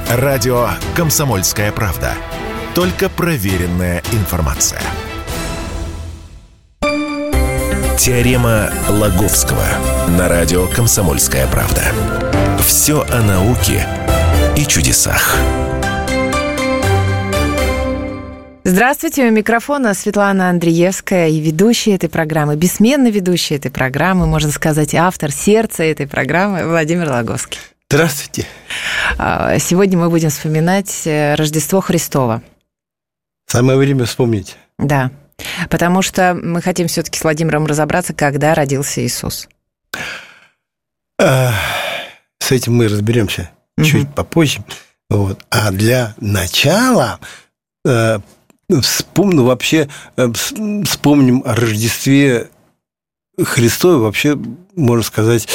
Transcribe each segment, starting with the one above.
Радио «Комсомольская правда». Только проверенная информация. Теорема Лаговского на радио «Комсомольская правда». Все о науке и чудесах. Здравствуйте, у микрофона Светлана Андреевская и ведущая этой программы, бессменно ведущая этой программы, можно сказать, автор сердца этой программы Владимир Лаговский. Здравствуйте. Сегодня мы будем вспоминать Рождество Христово. Самое время вспомнить. Да, потому что мы хотим все-таки с Владимиром разобраться, когда родился Иисус. С этим мы разберемся чуть попозже. Вот. А для начала вспомним о Рождестве Христове, вообще, можно сказать,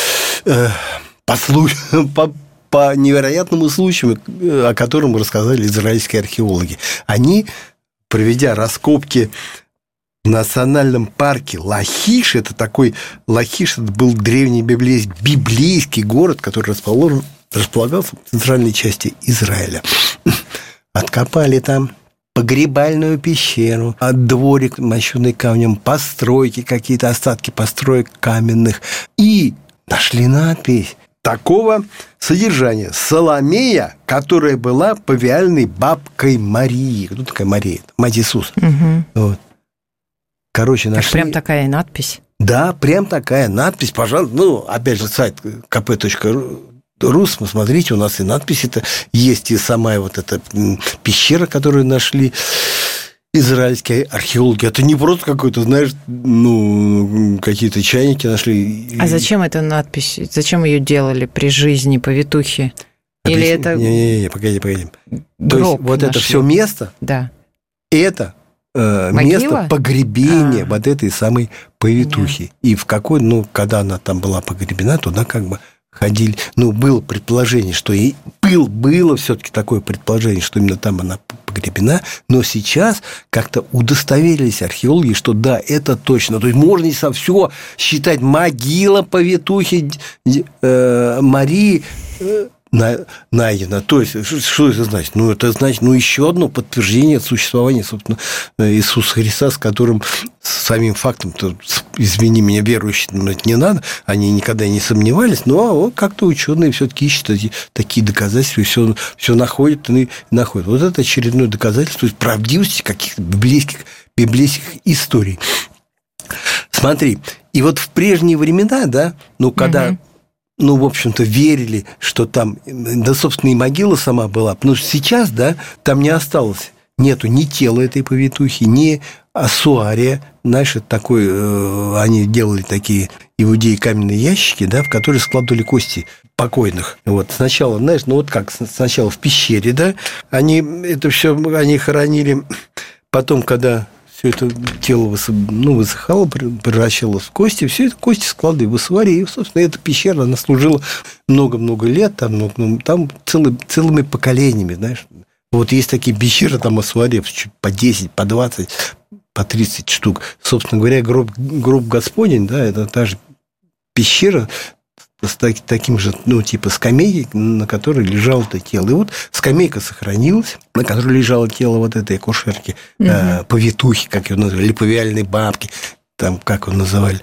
по невероятному случаю, о котором рассказали израильские археологи. Они, проведя раскопки в национальном парке Лахиш, это был древний библейский город, который располагался в центральной части Израиля. Откопали там погребальную пещеру, дворик, мощенный камнем, постройки, какие-то остатки построек каменных. И нашли надпись такого содержания: Соломея, которая была павиальной бабкой Марии. Кто такая Мария? Мать Иисуса. Угу. Вот. Короче, нашли. Прям такая надпись? Да, прям такая надпись. Пожалуйста, опять же, сайт kp.ru, смотрите, у нас и надпись это есть, и сама вот эта пещера, которую нашли израильские археологи. Это не просто какой-то, какие-то чайники нашли. А зачем эта надпись? Зачем ее делали при жизни повитухи? Или это... Не, погоди. То есть вот нашли. Это все место, да. Это место погребения вот этой самой повитухи. Да. И в какой, когда она там была погребена, туда как бы ходили, было предположение, что было все-таки такое предположение, что именно там она погребена, но сейчас как-то удостоверились археологи, что да, это точно. То есть можно и все считать, могила повитухи Марии найдена. То есть, что это значит? Это значит, еще одно подтверждение существования, собственно, Иисуса Христа, с которым самим фактом, извини меня, верующим не надо, они никогда не сомневались, но как-то ученые все-таки ищут такие доказательства, и все находят и находят. Вот это очередное доказательство правдивости каких-то библейских историй. Смотри, и вот в прежние времена, да, когда... в общем-то, верили, что там, да, собственно, и могила сама была. Но сейчас, да, там не осталось, нету ни тела этой повитухи, ни ассуария. Знаешь, это такой, они делали такие иудеи каменные ящики, да, в которые складывали кости покойных. Вот сначала, знаешь, сначала в пещере, да, они хоронили, потом, когда все это тело высыхало, превращалось в кости, все это кости складывали в ассуарии, и, собственно, эта пещера, она служила много-много лет, там целыми поколениями, знаешь. Вот есть такие пещеры, там ассуариев по 10, по 20, по 30 штук. Собственно говоря, гроб Господень, да, это та же пещера с таким же, типа скамейки, на которой лежало это тело. И вот скамейка сохранилась, на которой лежало тело вот этой акушерки, повитухи, как ее называли, или павиальной бабки, там, как его называли.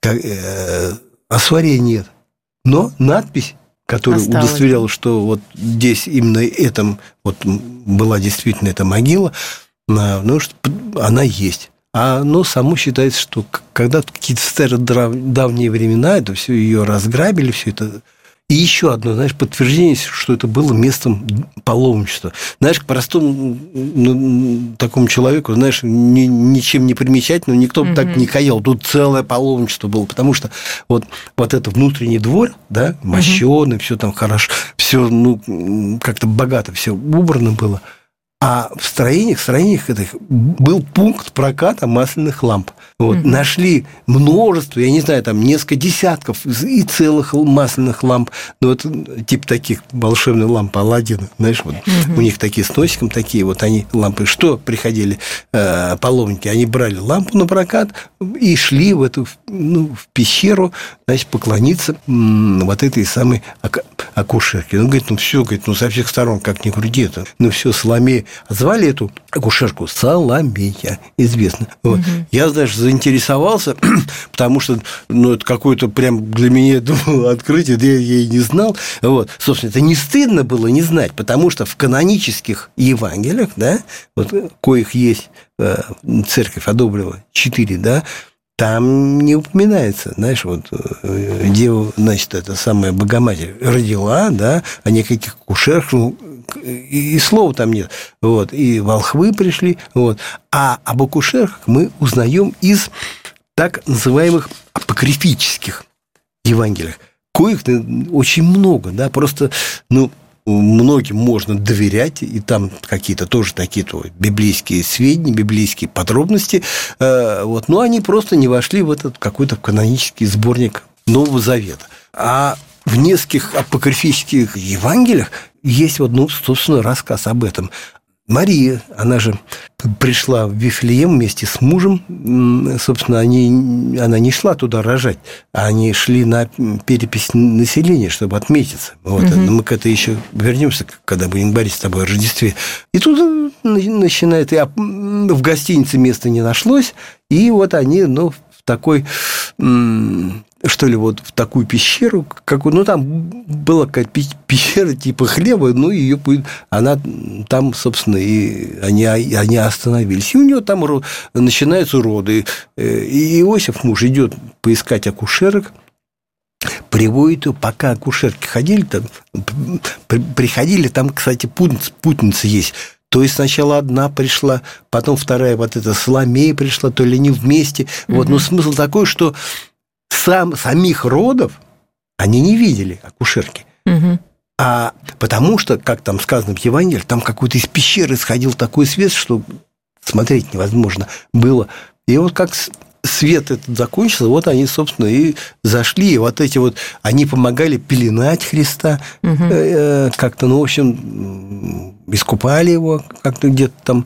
Ассуария нет. Но надпись, которая удостоверяла, что вот здесь именно этом была действительно эта могила, она есть. Само считается, что когда-то в какие-то стародавние времена это все ее разграбили, все это. И еще одно, знаешь, подтверждение, что это было местом паломничества. Знаешь, к простому такому человеку, знаешь, ничем не примечательному, никто бы так не ходил. Тут целое паломничество было, потому что вот это внутренний двор, да, мощеный, все там хорошо, все как-то богато, все убрано было. А в строениях этих был пункт проката масляных ламп. Вот, нашли множество, я не знаю, там несколько десятков и целых масляных ламп. Ну, вот типа таких волшебных ламп Аладдина, знаешь, вот у них такие с носиком такие, вот они лампы. Что приходили паломники? Они брали лампу на прокат и шли в эту, в пещеру, значит, поклониться вот этой самой акушерке. Он говорит, все, со всех сторон, как ни крути это, все, Соломея. Звали эту акушерку Соломея, известно. Вот. Я даже заинтересовался, потому что, это какое-то прям для меня было открытие, я ей не знал. Вот. Собственно, это не стыдно было не знать, потому что в канонических Евангелиях, да, вот, коих есть, церковь одобрила 4, да, там не упоминается, знаешь, вот дева, значит, это самая Богоматерь родила, да, а никаких акушеров, и слова там нет. Вот, и волхвы пришли, вот. А об акушерах мы узнаем из так называемых апокрифических Евангелиях, коих очень много, да, просто, многим можно доверять, и там какие-то тоже такие-то библейские сведения, библейские подробности, вот, но они просто не вошли в этот какой-то канонический сборник Нового Завета. А в нескольких апокрифических Евангелиях есть, собственно, рассказ об этом. Мария, она же пришла в Вифлеем вместе с мужем. Собственно, она не шла туда рожать, а они шли на перепись населения, чтобы отметиться. Вот. Мы к этому еще вернемся, когда будем говорить с тобой о Рождестве. И тут начинает, в гостинице места не нашлось, и вот они, в такой... что ли, вот в такую пещеру, там была какая-то пещера типа хлеба, ее она там, собственно, и они остановились. И у нее там начинаются роды. И Иосиф, муж, идет поискать акушерок, приводит ее, пока акушерки приходили, там, кстати, путница есть. То есть сначала одна пришла, потом вторая, вот эта Соломея пришла, то ли не вместе. Вот, но смысл такой, что самих родов они не видели, акушерки. А потому что, как там сказано в Евангелии, там какой-то из пещеры исходил такой свет, что смотреть невозможно было. И вот как свет этот закончился, вот они, собственно, и зашли. И вот эти вот, они помогали пеленать Христа, как-то, в общем, искупали его, как-то где-то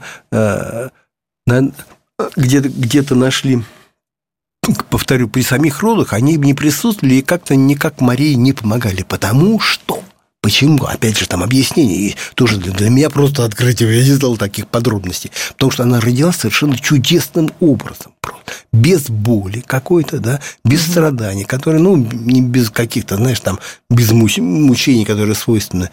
там, где-то нашли. Повторю, при самих родах они не присутствовали и как-то никак Марии не помогали. Потому что... Почему? Опять же, там объяснение есть. Тоже для меня просто открытие. Я не знал таких подробностей. Потому что она родилась совершенно чудесным образом. Без боли какой-то, да, без страданий, которые, не без каких-то, знаешь, там, без мучений, которые свойственны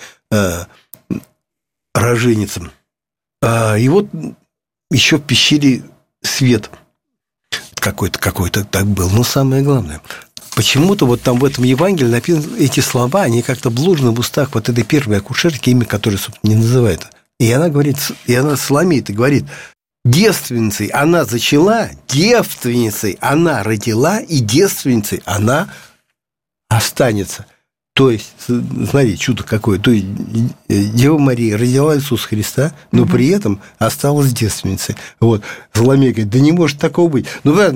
роженицам. И вот еще в пещере свет какой-то так был. Но самое главное, почему-то вот там в этом Евангелии написаны эти слова, они как-то блужны в устах вот этой первой акушерки, имя которой, собственно, не называет. И она говорит, Соломея-то говорит, девственницей она зачала, девственницей она родила, и девственницей она останется. То есть, смотри, чудо какое. То есть, Дева Мария родила Иисуса Христа, но при этом осталась девственницей. Вот. Соломея говорит, да не может такого быть.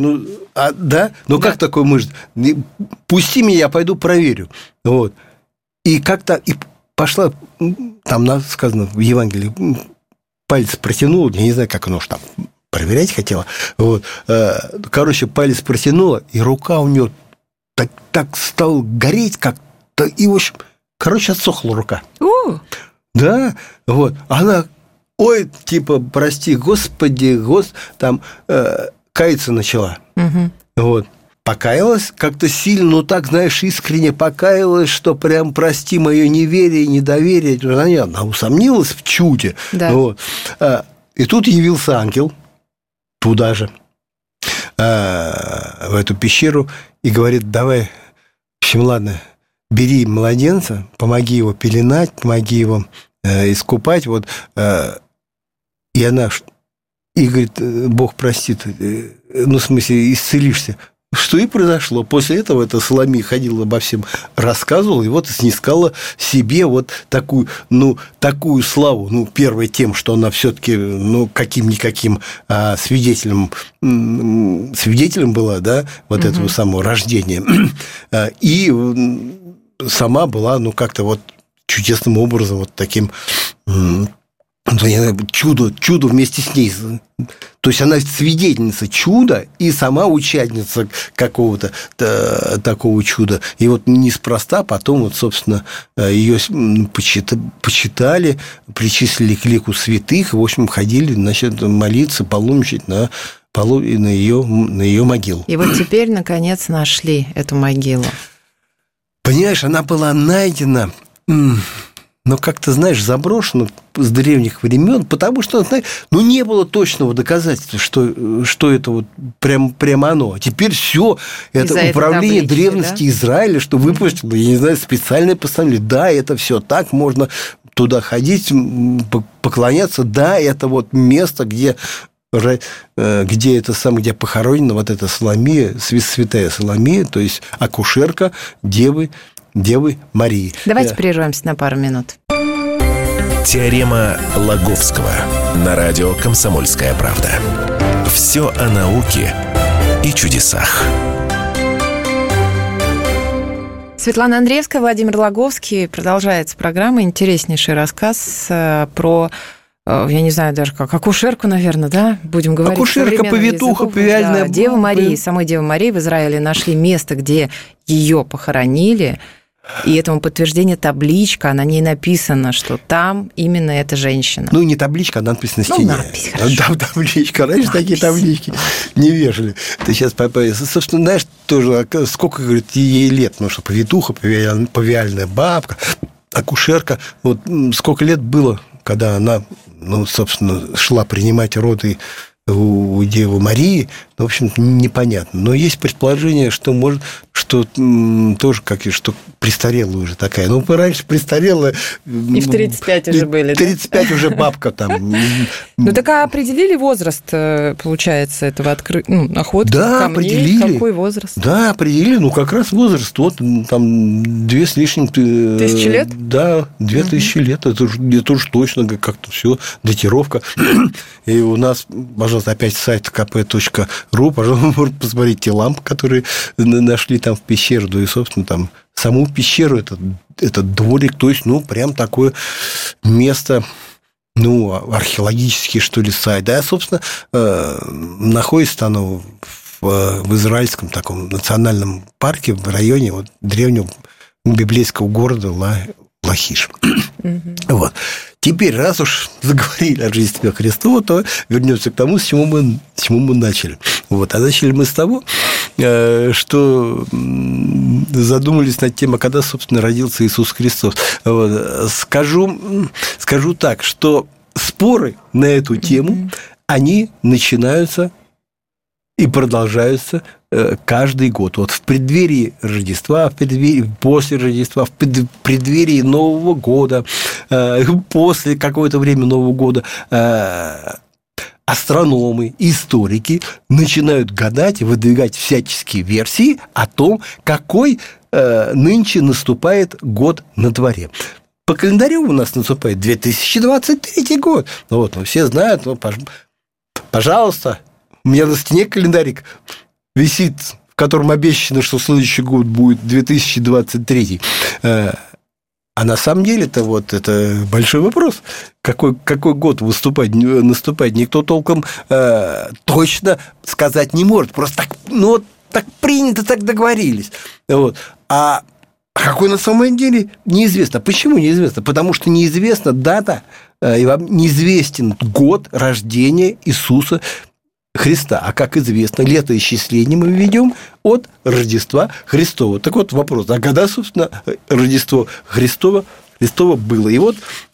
Как такое может? Пусти меня, я пойду проверю. Вот. И как-то и пошла, там сказано в Евангелии, палец протянула, я не знаю, как оно уж там проверять хотела. Вот. Палец протянула, и рука у нее так стала гореть, как и, в общем, отсохла рука. Да, вот. Она, прости, Господи, там каяться начала. Вот. Покаялась как-то сильно, но так, знаешь, искренне покаялась, что прям прости мое неверие, недоверие. Она усомнилась в чуде. Да. Вот. И тут явился ангел туда же, в эту пещеру, и говорит, давай, в общем, ладно, бери младенца, помоги его пеленать, помоги его искупать. Вот. И она... И говорит, Бог простит, в смысле, исцелишься. Что и произошло. После этого эта Соломия ходила, обо всем рассказывала, и вот снискала себе вот такую славу. Первое тем, что она все-таки, каким-никаким свидетелем была, да, вот этого самого рождения. И сама была, как-то вот чудесным образом, вот таким... чудо вместе с ней. То есть она свидетельница чуда и сама участница какого-то такого чуда. И вот неспроста потом, вот, собственно, ее почитали, причислили к лику святых, в общем, ходили, значит, молиться, паломничать на ее могилу. И вот теперь, наконец, нашли эту могилу. Понимаешь, она была найдена... но как-то, знаешь, заброшено с древних времен, потому что, не было точного доказательства, что это вот прямо оно. А теперь все это управление древности, да? Израиля, что выпустило, я не знаю, специальное постановление. Да, это все так, можно туда ходить, поклоняться. Да, это вот место, где похоронена вот эта Соломия, святая Соломия, то есть акушерка Девы Марии. Давайте прервемся на пару минут. Теорема Лаговского на радио «Комсомольская правда». Все о науке и чудесах. Светлана Андреевская, Владимир Лаговский. Продолжается программа. Интереснейший рассказ про... Я не знаю даже как, акушерку, наверное, да, будем говорить. Акушерка, повитуха, повиальная... Да, Дева Марии, самой Девы Марии в Израиле нашли место, где ее похоронили, и этому подтверждение табличка, на ней написано, что там именно эта женщина. Не табличка, а надпись на стене. Надпись, хорошо. Там табличка, раньше такие таблички не вешали. Ты сейчас, собственно, знаешь, тоже, сколько, говорит, ей лет, потому что повитуха, повиальная бабка, акушерка, вот сколько лет было, когда она, собственно, шла принимать роды у Девы Марии, в общем, непонятно. Но есть предположение, что может, что тоже что престарелая уже такая. Раньше престарелая... И в 35 уже были, 35 уже бабка там. Так определили возраст, получается, этого находки? Да, определили. Какой возраст? Да, определили, как раз возраст. Вот там 2 с лишним... Тысячи лет? Да, 2000 лет. Это уж точно как-то все, датировка. И у нас, пожалуйста, опять сайт kp.ru, пожалуйста, можно посмотреть те лампы, которые нашли там в пещере, да и, собственно, там саму пещеру, этот дворик, то есть, прям такое место, археологический, что ли, сайт. Да, собственно, находится оно в израильском таком национальном парке в районе древнего библейского города Лахиш. Вот. Теперь, раз уж заговорили о Рождестве Христова, то вернемся к тому, с чему мы начали. А начали мы с того, что задумались над тем, когда, собственно, родился Иисус Христос. Скажу так, что споры на эту тему, они начинаются и продолжаются каждый год. В преддверии Рождества, после Рождества, в преддверии Нового года, после какое-то время Нового года астрономы, историки начинают гадать и выдвигать всяческие версии о том, какой нынче наступает год на дворе. По календарю у нас наступает 2023 год. Все знают, пожалуйста, у меня на стене календарик висит, в котором обещано, что следующий год будет 2023. А на самом деле это большой вопрос. Какой год наступать, никто толком точно сказать не может. Просто так принято, так договорились. А какой на самом деле неизвестно. Почему неизвестно? Потому что неизвестна дата, неизвестен год рождения Иисуса Христа. А как известно, летоисчисление мы ведем от Рождества Христова. Так вот вопрос, а когда, собственно, Рождество Христово было? И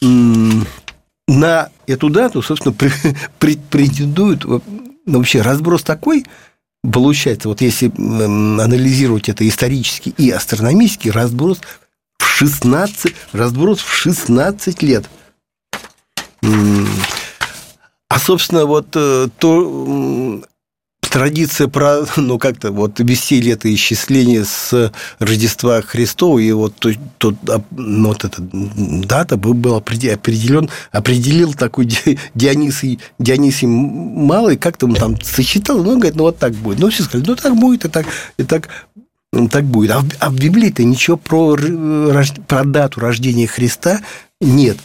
на эту дату, собственно, претендуют, вообще разброс такой, получается, если анализировать это исторически и астрономически, разброс в 16 лет. А, собственно, традиция про, как-то вот веселье, это исчисление с Рождества Христова, и вот эта дата был определил такой Дионисий Малый, как-то он там сосчитал, говорит, вот так будет. Все сказали, так будет, и так будет. А в Библии-то ничего про дату рождения Христа нет.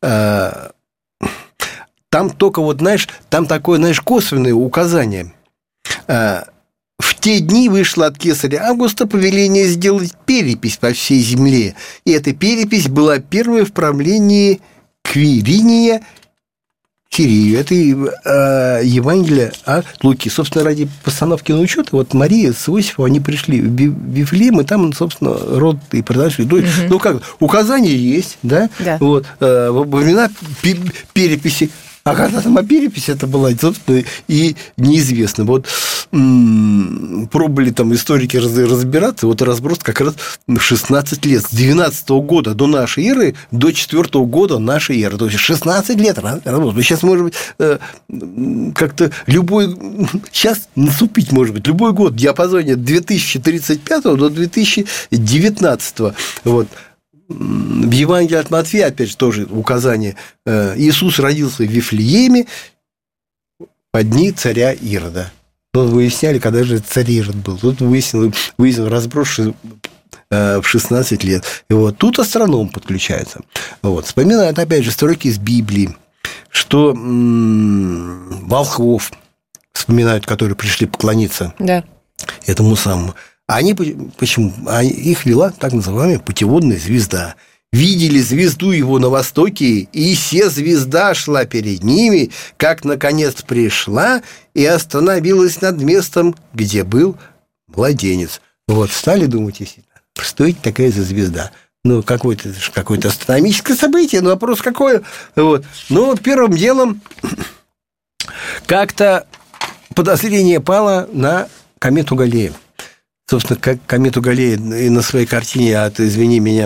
Там только, там такое, косвенное указание. В те дни вышло от кесаря Августа повеление сделать перепись по всей земле. И эта перепись была первой в правлении Квириния Кирию. Это Евангелие от Луки. Собственно, ради постановки на учет, вот Мария с Иосифом, они пришли в Вифлеем, и там, собственно, род и произошли. Указания есть, да? Вот, во времена переписи. А когда там перепись это была, собственно, и неизвестно. Вот пробовали там историки разбираться, вот разброс как раз в 16 лет. С 12 года до нашей эры до 4 года нашей эры. То есть 16 лет разброс. Сейчас, может быть, как-то сейчас наступить, может быть, любой год в диапазоне 2035 до 2019. Вот. В Евангелии от Матфея, опять же, тоже указание. Иисус родился в Вифлееме по дни царя Ирода. Тут выясняли, когда же царь Ирод был. Тут выяснил разброс в 16 лет. И вот тут астроном подключается. Вот. Вспоминают, опять же, строки из Библии, что волхвов вспоминают, которые пришли поклониться этому самому. Они почему? Их вела так называемая путеводная звезда. Видели звезду его на востоке, и се звезда шла перед ними, как, наконец, пришла и остановилась над местом, где был младенец. Вот, стали думать, что это такая за звезда? Какое-то астрономическое событие, вопрос какое? Вот. Первым делом как-то подозрение пало на комету Галлея. Собственно, как комету Галлея и на своей картине извини меня,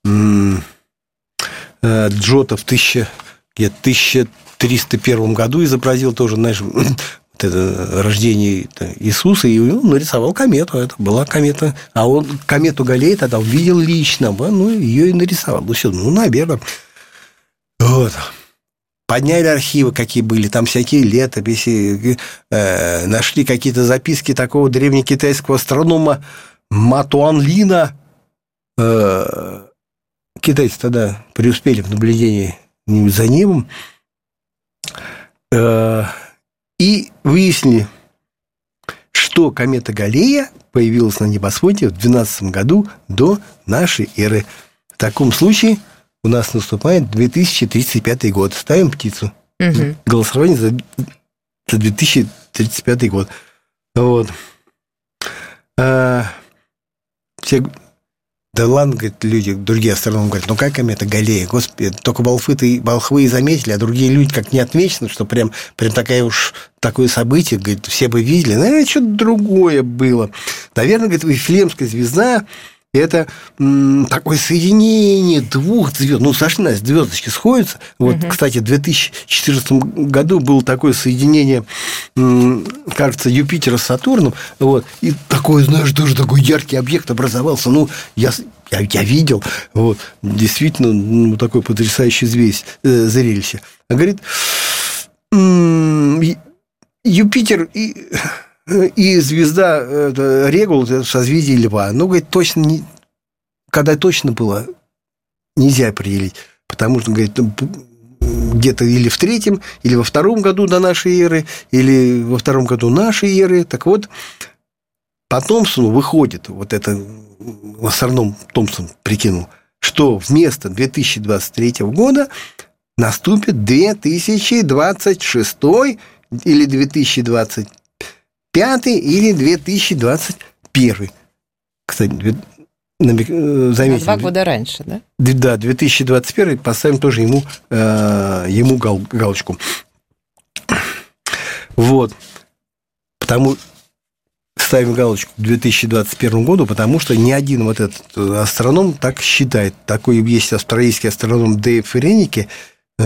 Джотто в 1301 году изобразил тоже, это рождение Иисуса, и нарисовал комету. Это была комета. А он комету Галлея тогда увидел лично, ее и нарисовал. Наверное. Вот. Подняли архивы, какие были, там всякие летописи, нашли какие-то записки такого древнекитайского астронома Матуанлина. Китайцы тогда преуспели в наблюдении за небом. И выяснили, что комета Галлея появилась на небосводе в 12 году до нашей эры. В таком случае у нас наступает 2035 год. Ставим птицу. Угу. Голосование за 2035 год. Вот. Все... Да ладно, говорят, люди, другие астрономы говорят, как комета Галлея? Господи, только волхвы и заметили, а другие люди как не отмечено, что прям такое событие, говорит, все бы видели. Наверное, что-то другое было. Наверное, говорит, Вифлеемская звезда – это такое соединение двух звезд. Совершенно звездочки сходятся. Вот, кстати, в 2014 году было такое соединение, кажется, Юпитера с Сатурном. Вот, и такой, тоже такой яркий объект образовался. Я видел. Вот, действительно, такое потрясающее зрелище. А говорит, Юпитер и звезда Регул, созвездие Льва. Говорит, точно когда точно было, нельзя определить. Потому что, говорит, где-то или в 3-м, или во 2-м году до нашей эры, или во 2-м году нашей эры. Так вот, потомству выходит, вот это астроном Томпсон прикинул, что вместо 2023 года наступит 2026 или 2025 или 2021. Кстати, заметим. 2 года раньше, да? Да, 2021. Поставим тоже ему галочку. Вот. Ставим галочку к 2021 году, потому что ни один вот этот астроном так считает. Такой есть австралийский астроном Дэйв Реннике.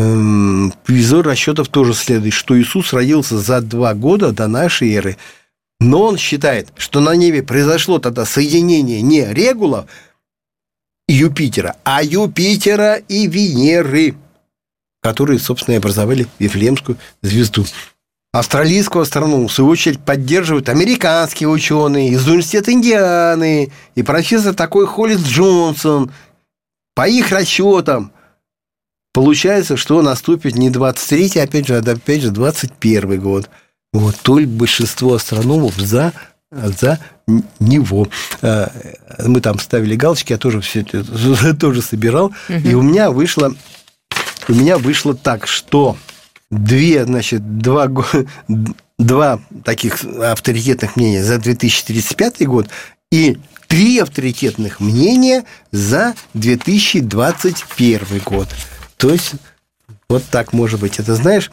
Визор расчетов тоже следует, что Иисус родился за 2 года до нашей эры. Но он считает, что на небе произошло тогда соединение не Регула и Юпитера, а Юпитера и Венеры, которые, собственно, и образовали Вифлеемскую звезду. Австралийскую астрономию, в свою очередь, поддерживают американские ученые из университета Индианы и профессор такой Холлис Джонсон. По их расчетам, получается, что наступит не 23-й, опять же, 21 год. Вот, только большинство астрономов за него. Мы там ставили галочки, я тоже все это тоже собирал. И у меня вышло так, что два таких авторитетных мнения за 2035 год и 3 авторитетных мнения за 2021 год. То есть, вот так может быть. Это, знаешь,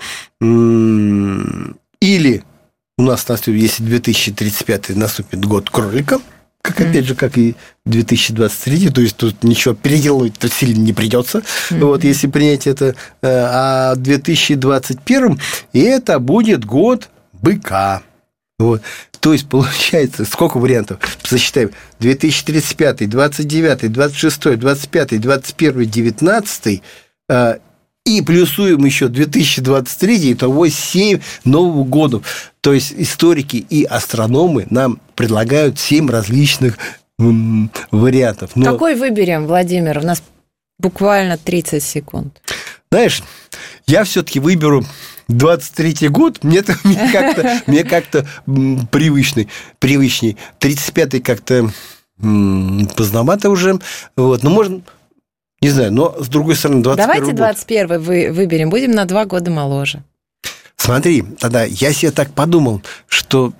или у нас наступит, если 2035 наступит год кролика, как опять же, как и 2023, то есть тут ничего переделывать-то сильно не придется, вот, если принять это, а 2021 это будет год быка. Вот. То есть, получается, сколько вариантов? Засчитаем. 2035, 29, 26, 25, 21, 19 и плюсуем еще 2023, итого 7 Новых годов. То есть, историки и астрономы нам предлагают 7 различных вариантов. Но... Какой выберем, Владимир? У нас буквально 30 секунд. Знаешь, я все-таки выберу 23-й год, мне как-то привычней. 35-й как-то поздновато уже. Вот. Но можно... Не знаю, но с другой стороны, 21 Давайте 21-й выберем, будем на 2 года моложе. Смотри, тогда я себе так подумал, что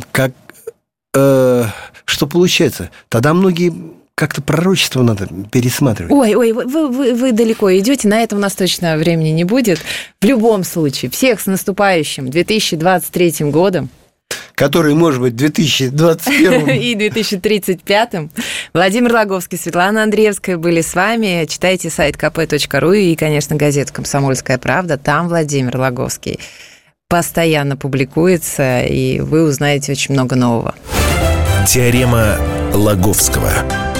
что получается, тогда многие как-то пророчество надо пересматривать. Ой, вы далеко идете, на это у нас точно времени не будет. В любом случае, всех с наступающим 2023 годом. Который, может быть, 2021 и 2035. Владимир Логовский, Светлана Андреевская были с вами. Читайте сайт kp.ru и, конечно, газету «Комсомольская правда». Там Владимир Логовский постоянно публикуется, и вы узнаете очень много нового. Теорема Лаговского.